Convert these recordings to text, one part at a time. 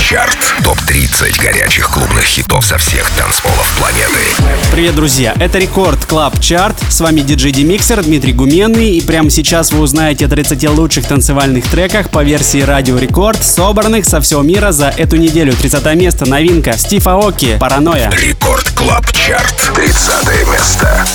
Чарт. Топ-30 горячих клубных хитов со всех танцполов планеты. Привет, друзья! Это Рекорд Клаб Чарт. С вами диджей Демиксер Дмитрий Гуменный. И прямо сейчас вы узнаете о 30 лучших танцевальных треках по версии Радио Рекорд, собранных со всего мира за эту неделю. 30 место. Новинка. Стив Аоки. «Паранойя». Рекорд Клаб Чарт. 30 место.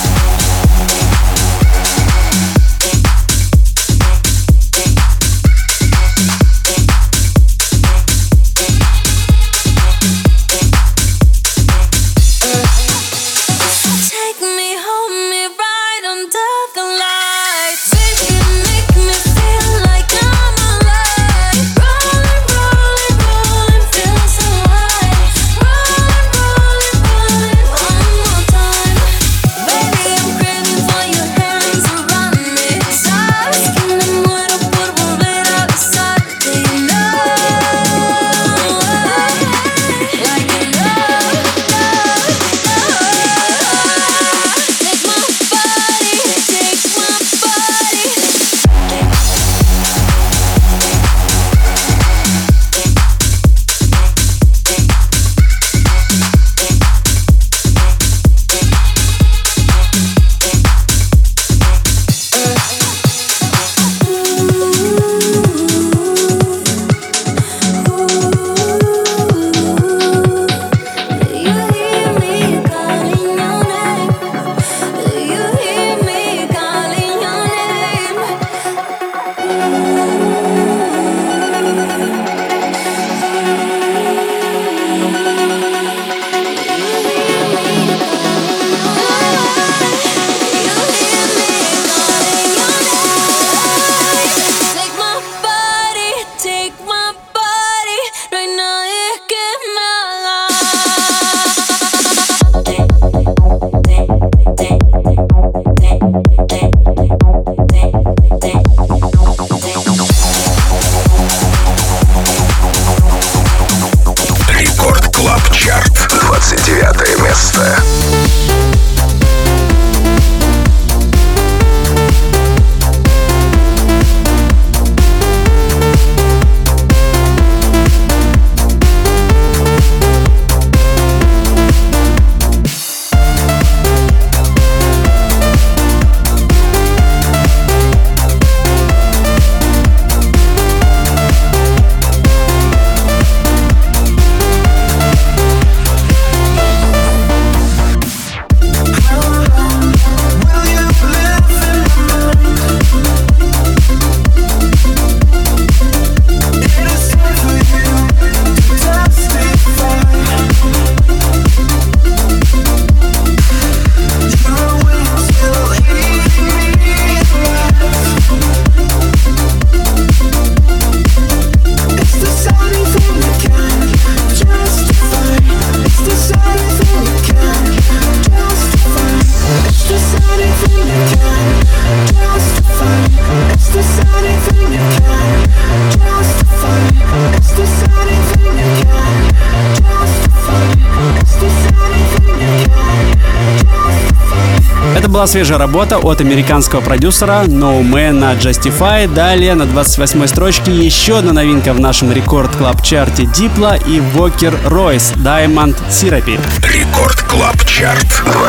Была свежая работа от американского продюсера No Man на Justify. Далее на 28-й строчке еще одна новинка в нашем Рекорд Клаб Чарте Diplo и Walker Royce Diamond Therapy. Рекорд Клаб Чарт.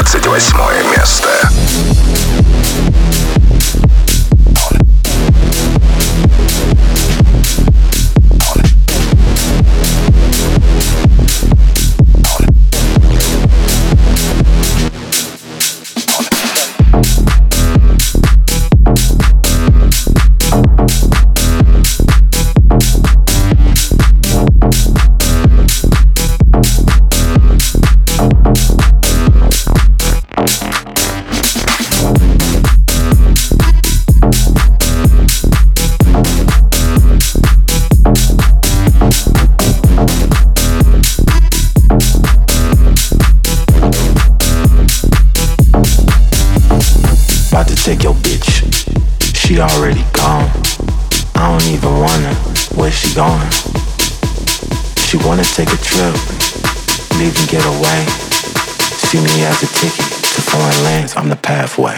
28 место. Take your bitch, she already gone. I don't even wonder where she going. She wanna take a trip, leave and get away. See me as a ticket to foreign lands, I'm the pathway.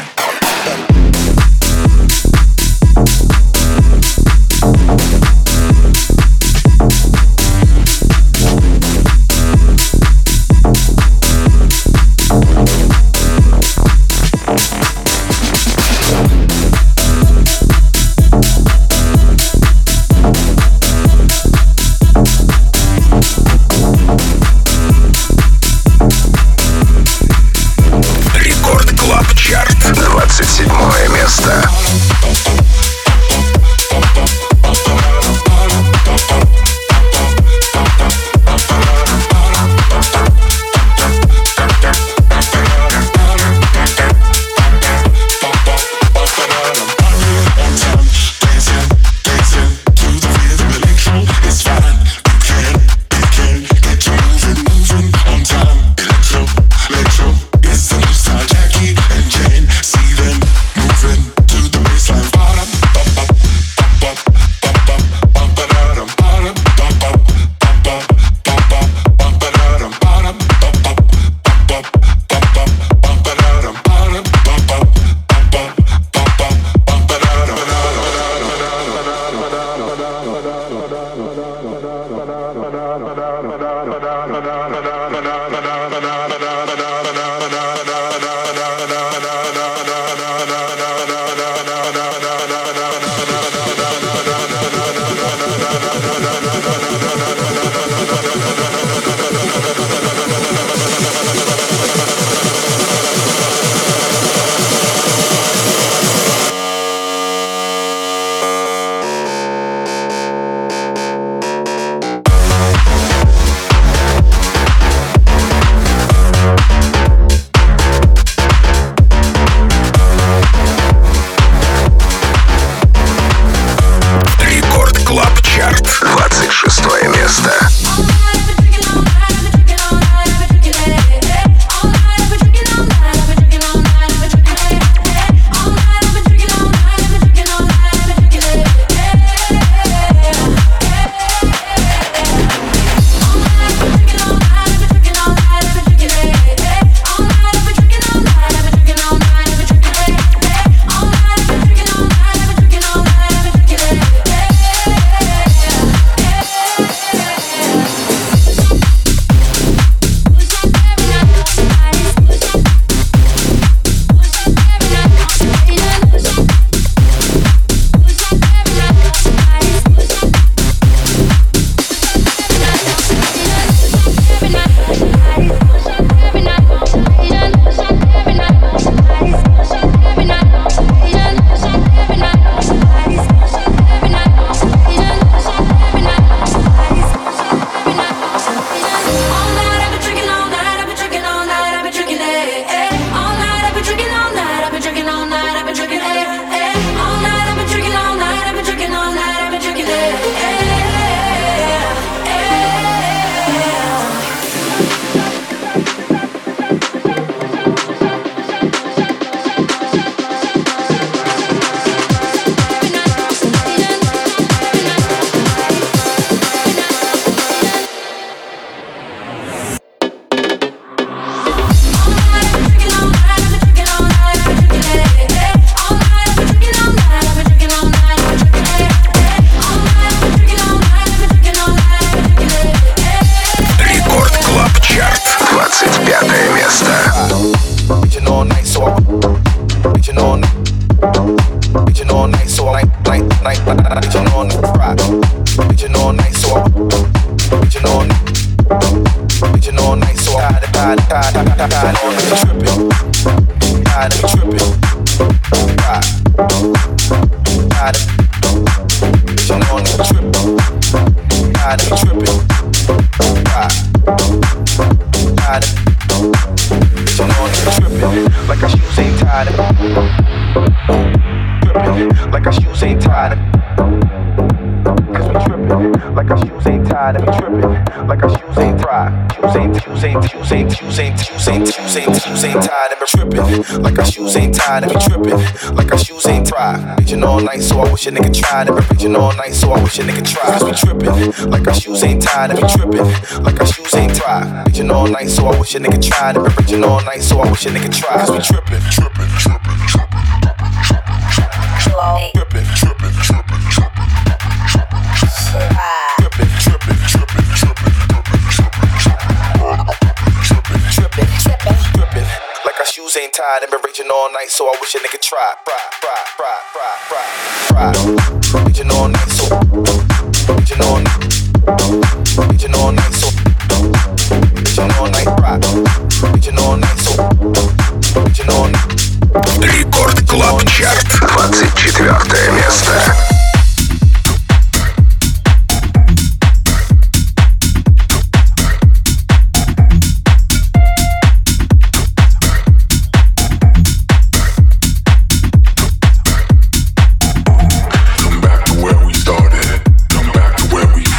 A nigga tried every region all night, so I wish a nigga tried. Cause we trippin', like our shoes ain't tied, and we trippin', like our shoes ain't tied. Region all night, so I wish a nigga tried every region all night, so I wish a nigga tried. Cause we trippin', trippin', trippin', trippin', trippin', trippin', trippin', trippin', trippin', like our shoes ain't tied, and we're raging all night, so I wish a nigga tried. Raging all night, so raging all night, raging all night, so raging all night, raging all night, so raging all night. Рекорд Клаб Чарт, 24 место. Come back to where we started. Come back to where we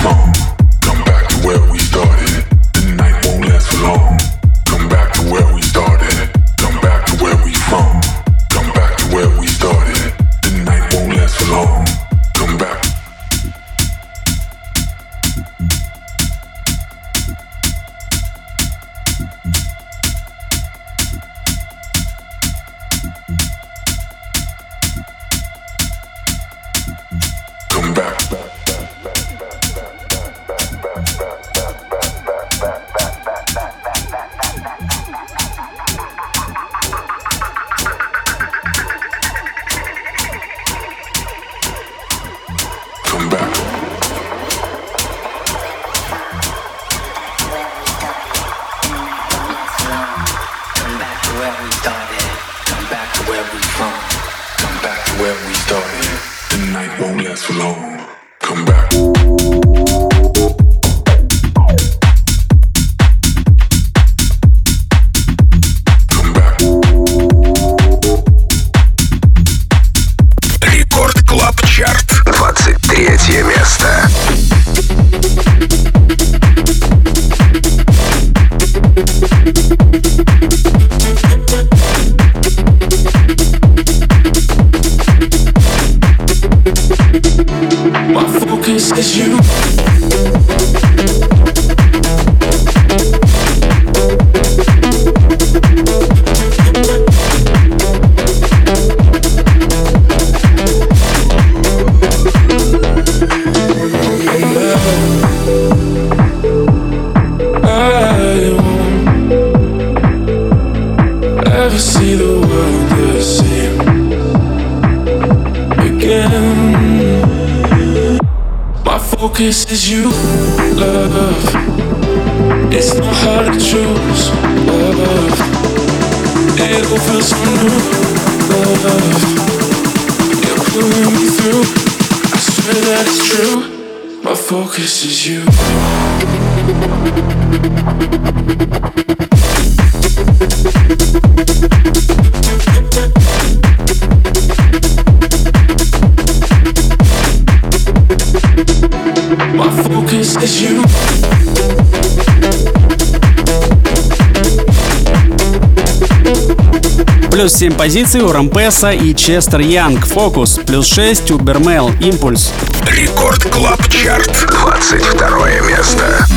we from. Come back to where we started. The night won't last for long. Come back. Рекорд Клаб Чарт, 23 место. My focus is you. I won't ever see the world the same again. My focus is you, love. It's not hard to choose, love. It all feels so new, love. You're pulling me through. I swear that it's true. My focus is you. My focus is you. Плюс 7 позиций у Рампеса и Честер Янг. Фокус. Плюс 6 у Бермел. Импульс. Рекорд Клаб Чарт, 22 место.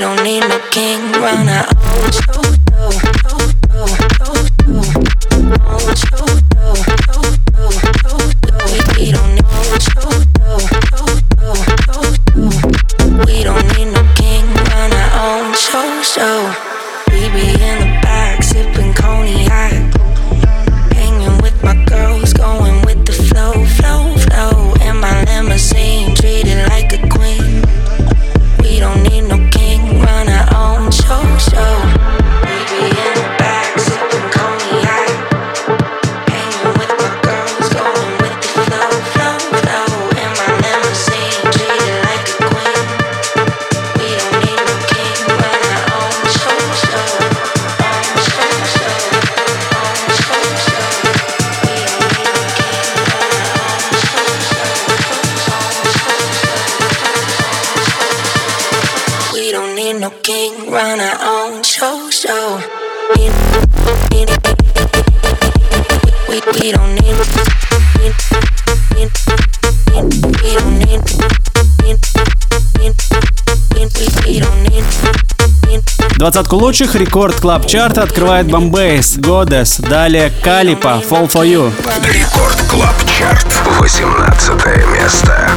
don't need no king, run our own show. We don't need no show. We don't need no king, run our own show. We be in the back sipping cognac, hanging with my girls, going with the flow. In my limousine, treated like a queen. We don't need no king, run our own show. We be in the back sipping cognac, hanging with my girls, going with the flow. In my limousine, treated like a queen. We don't need no king, run our own show. We don't need no king, run our own show. We don't need. We don't need. 20 лучших рекорд клаб чарта открывает Бомбейс, Goddess, далее Калипа, Fall For You. Рекорд Клаб Чарт, 18 место.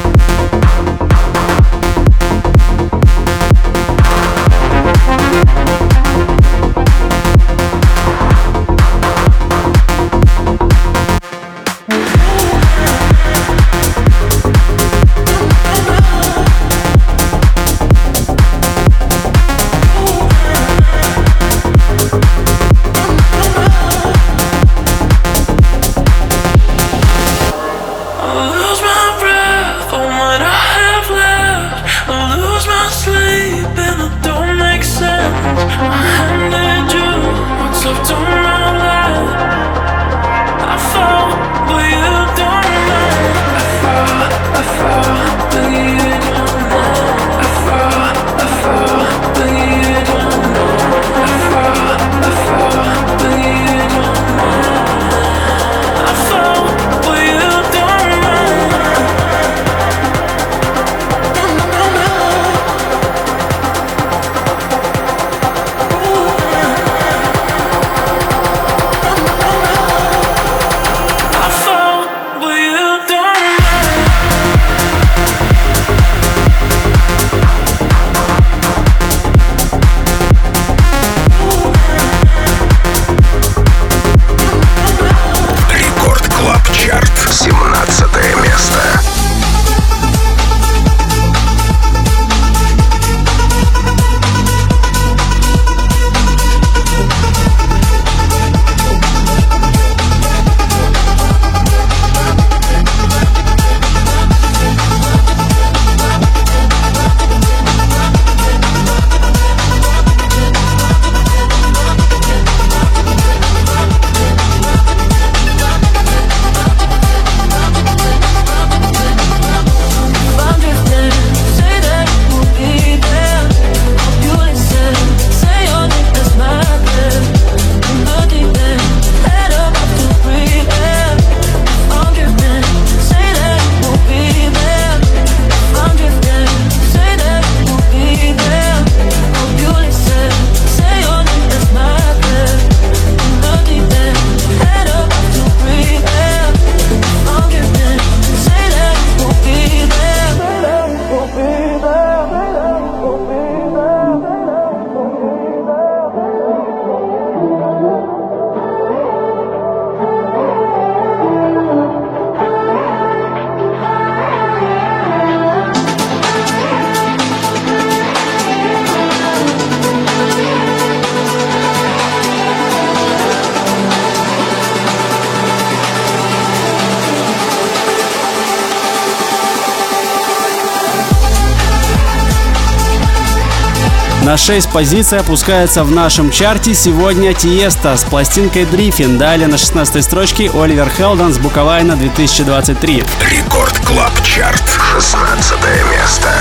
На 6 позиций опускается в нашем чарте сегодня Тиеста с пластинкой Дрифин. Далее на 16 строчке Оливер Хелден с Буковайна 2023. Рекорд Клаб Чарт, 16 место.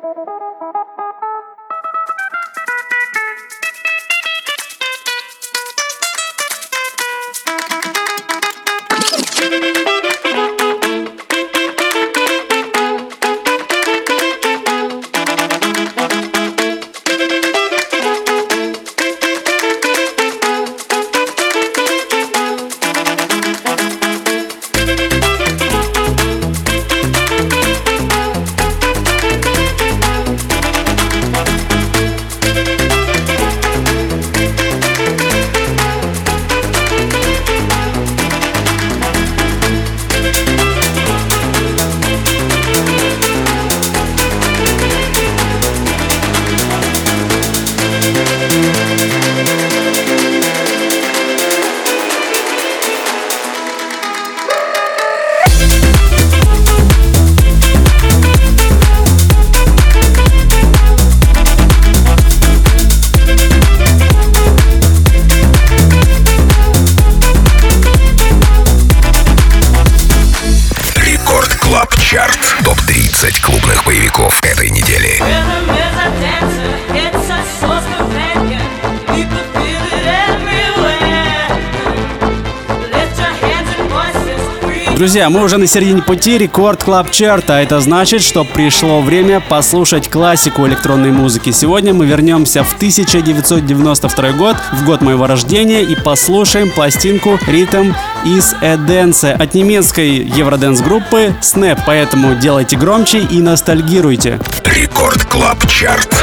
Топ-30 клубных боевиков этой недели. Друзья, мы уже на середине пути Рекорд Клаб Чарта, а это значит, что пришло время послушать классику электронной музыки. Сегодня мы вернемся в 1992 год, в год моего рождения, и послушаем пластинку Rhythm is a Dance от немецкой евродэнс-группы Snap, поэтому делайте громче и ностальгируйте. Рекорд Клаб Чарт.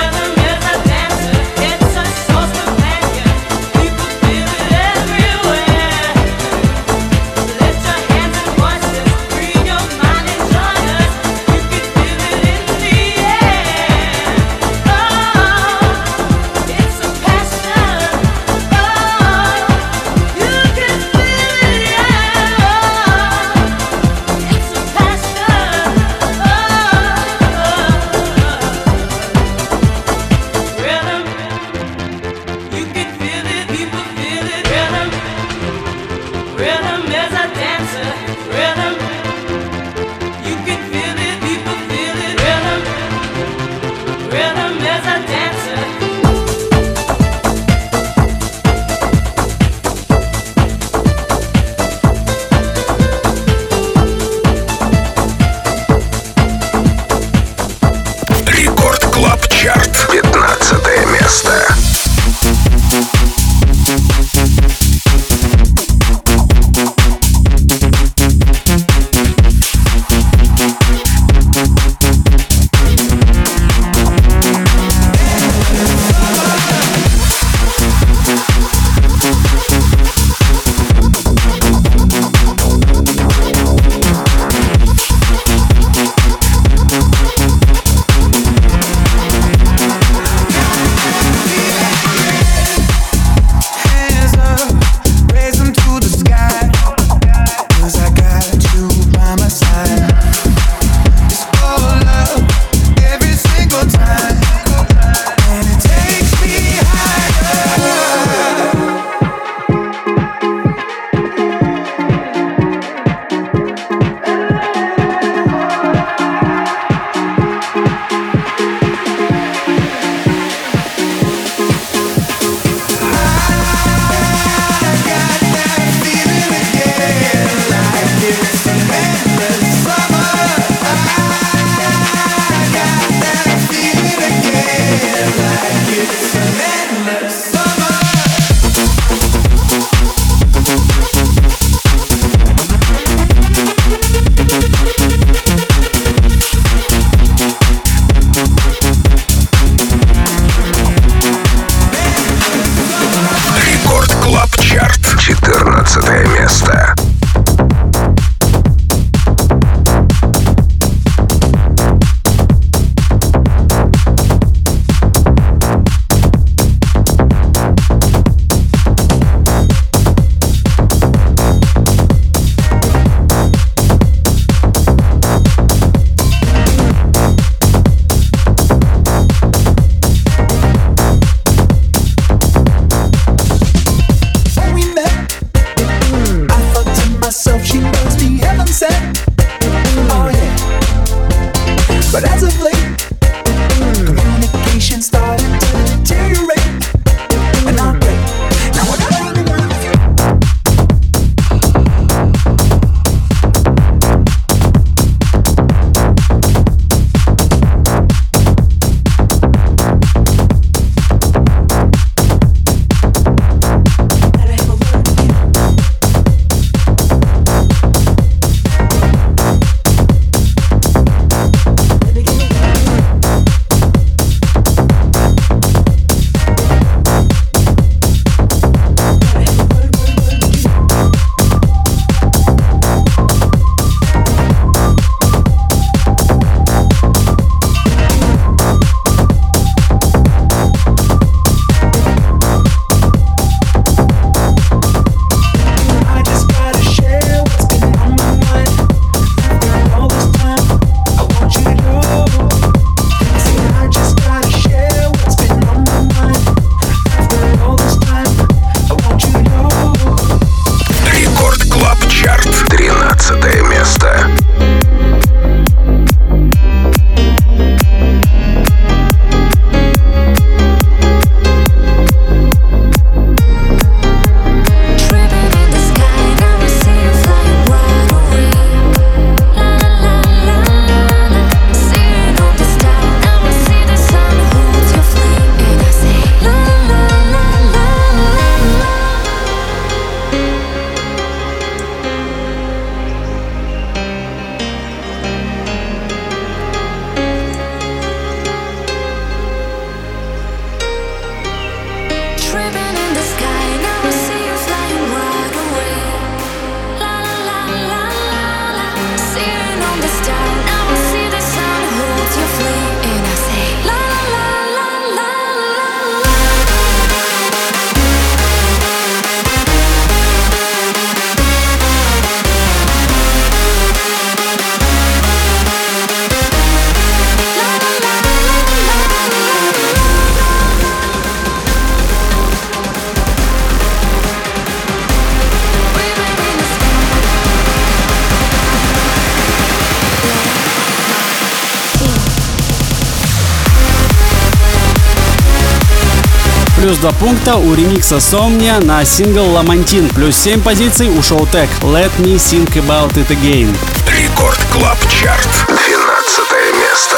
плюс 2 пункта у ремикса Somnia на сингл Ламантин, плюс 7 позиций у Showtek Let Me Think About It Again. Рекорд Клаб Чарт. 12 место.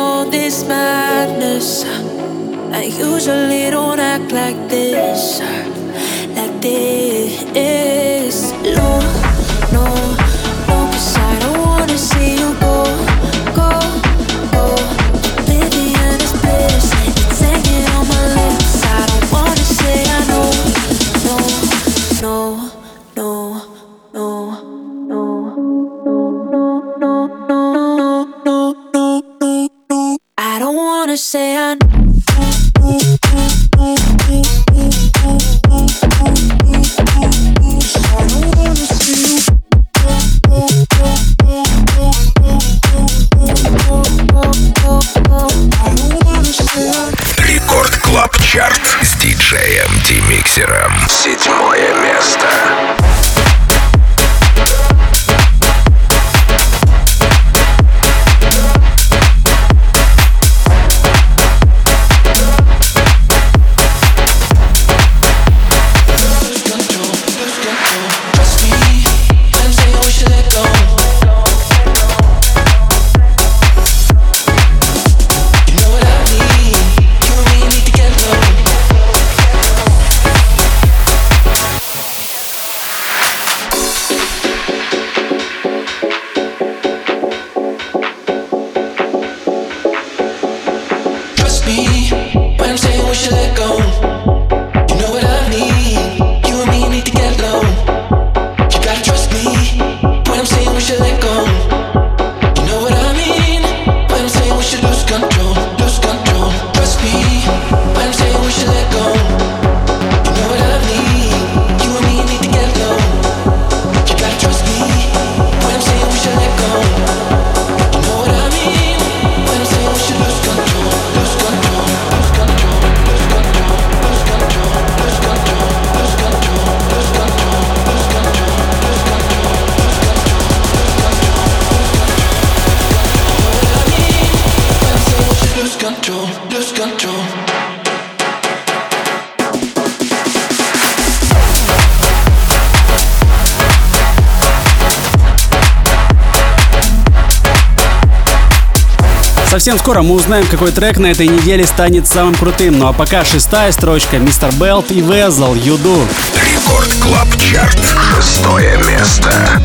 all this madness. I usually don't act like this, like this. No, no, no, 'cause I don't wanna see you go, go, go. Oblivion is bliss, it's hanging on my lips. I don't wanna say I know, no, no, no, no, no, no, no, no, no. I don't wanna say I know. Рекорд Клаб Чарт с диджеем Демиксером. 7-е место. Совсем скоро мы узнаем, какой трек на этой неделе станет самым крутым. Ну а пока 6-я строчка, Мистер Белт и Везел, You Do. Рекорд Клаб Чарт. 6-е место.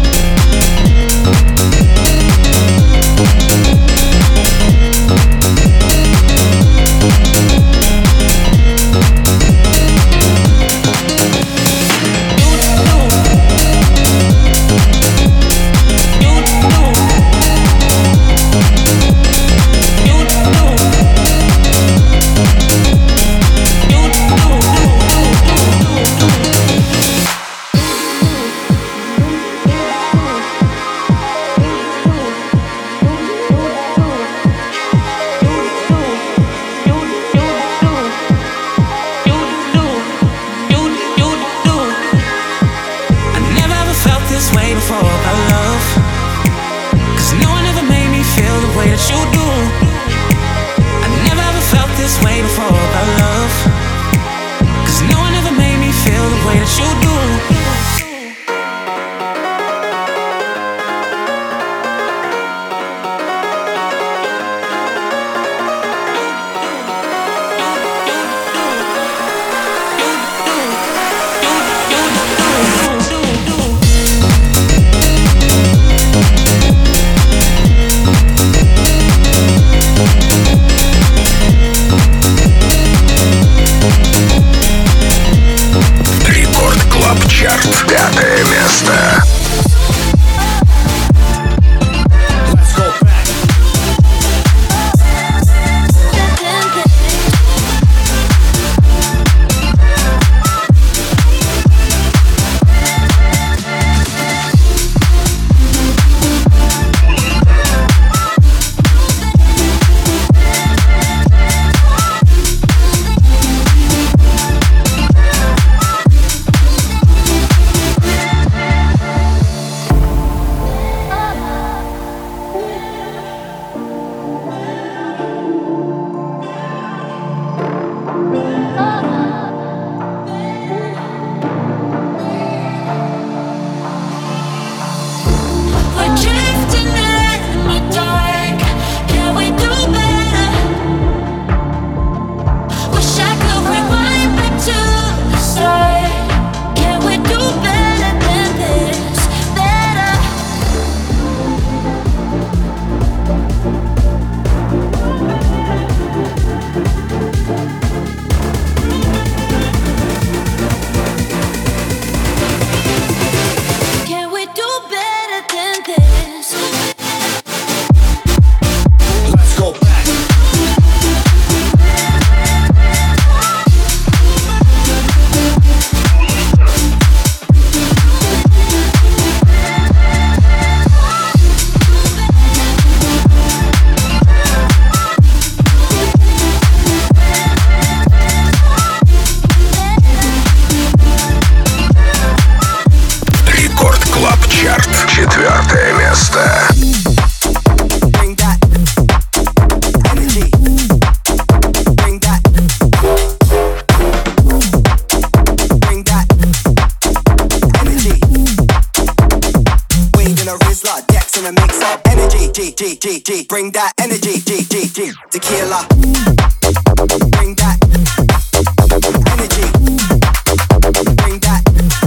bring that energy, tequila. Bring that energy. Bring that.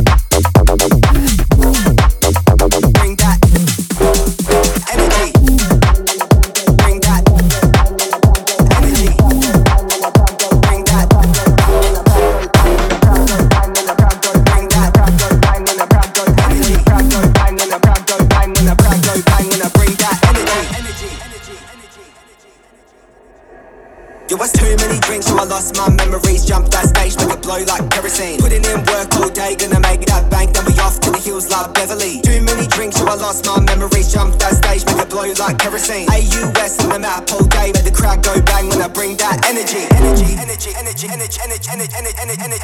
Bring that energy. Bring that energy. Bring that. Yo, what's too many drinks, so I lost my memories. Jump that stage, make it blow like kerosene. Putting in work all day, gonna make that bank. Then we off to the hills like Beverly. Too many drinks, so I lost my memories. Jump that stage, make it blow like kerosene. AUS in the map all day, let the crowd go bang when I bring that energy. Energy, energy, energy, energy, energy, energy, energy, energy,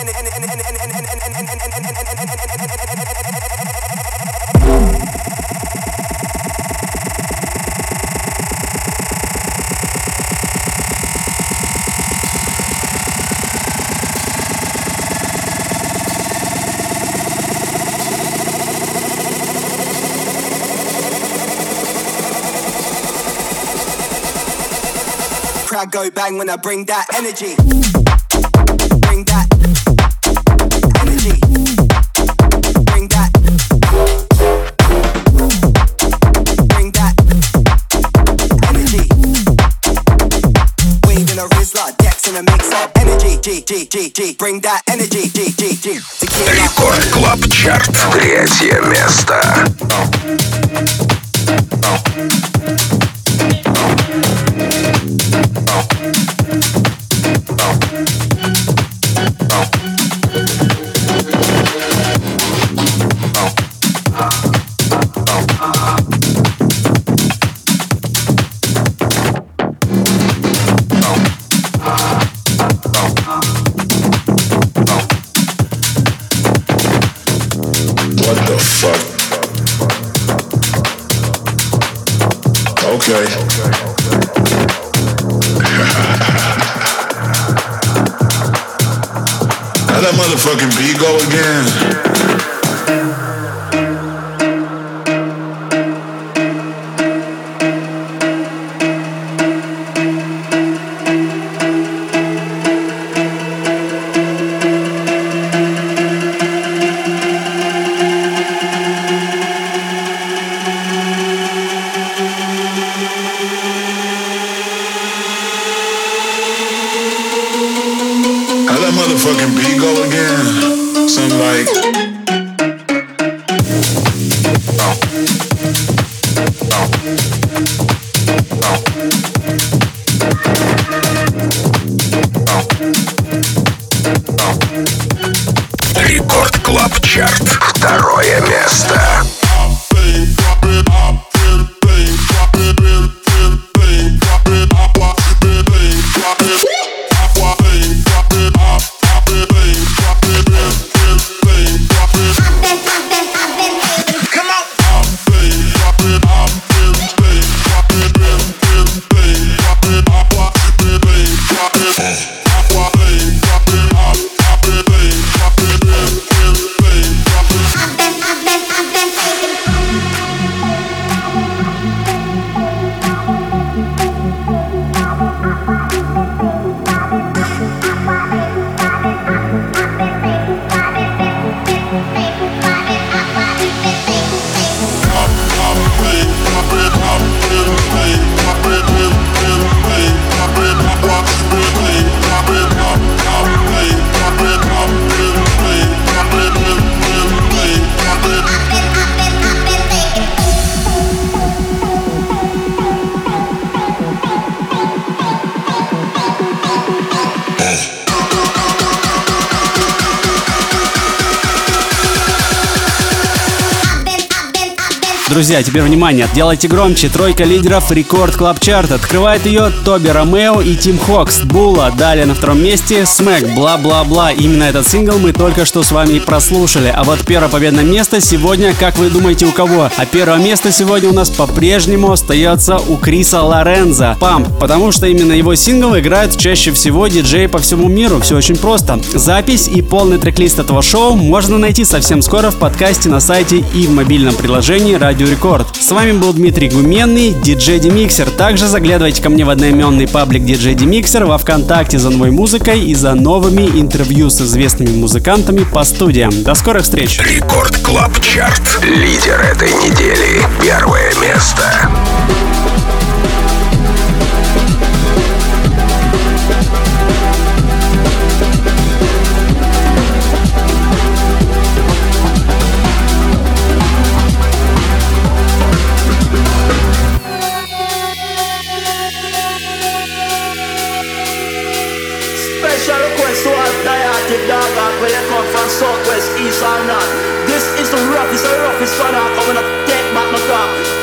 crowd go bang when I bring that energy. Bring that energy. Bring that. Bring that energy. Weed in a Rizla, Dex in a mix-up. Energy, G. Bring that energy, G. Рекорд Клаб Чарт. 3 место. What the fuck? Okay. How that motherfucking beat go again? Motherfucking beat go again. Something like Рекорд Клаб Чарт. 2 место. Друзья, теперь внимание, делайте громче. 3 лидеров Рекорд Клаб Чарт. Открывает ее Тоби Ромео и Тим Хокс, Була. Далее на 2 месте Смэк, Бла-Бла-Бла. Именно этот сингл мы только что с вами прослушали. А вот первое победное место сегодня, как вы думаете, у кого? А первое место сегодня у нас по-прежнему остается у Криса Лорензо, Pump. Потому что именно его синглы играют чаще всего диджеи по всему миру. Все очень просто. Запись и полный трек-лист этого шоу можно найти совсем скоро в подкасте на сайте и в мобильном приложении Радио Радио Рекорд. С вами был Дмитрий Гуменный, DJ Demixer. Также заглядывайте ко мне в одноименный паблик DJ Demixer во ВКонтакте за новой музыкой и за новыми интервью с известными музыкантами по студиям. До скорых встреч! Рекорд Клаб Чарт. Лидер этой недели. Первое место. Where you come from, southwest, east or north. This is the roughest one. I'm coming up, take back my car.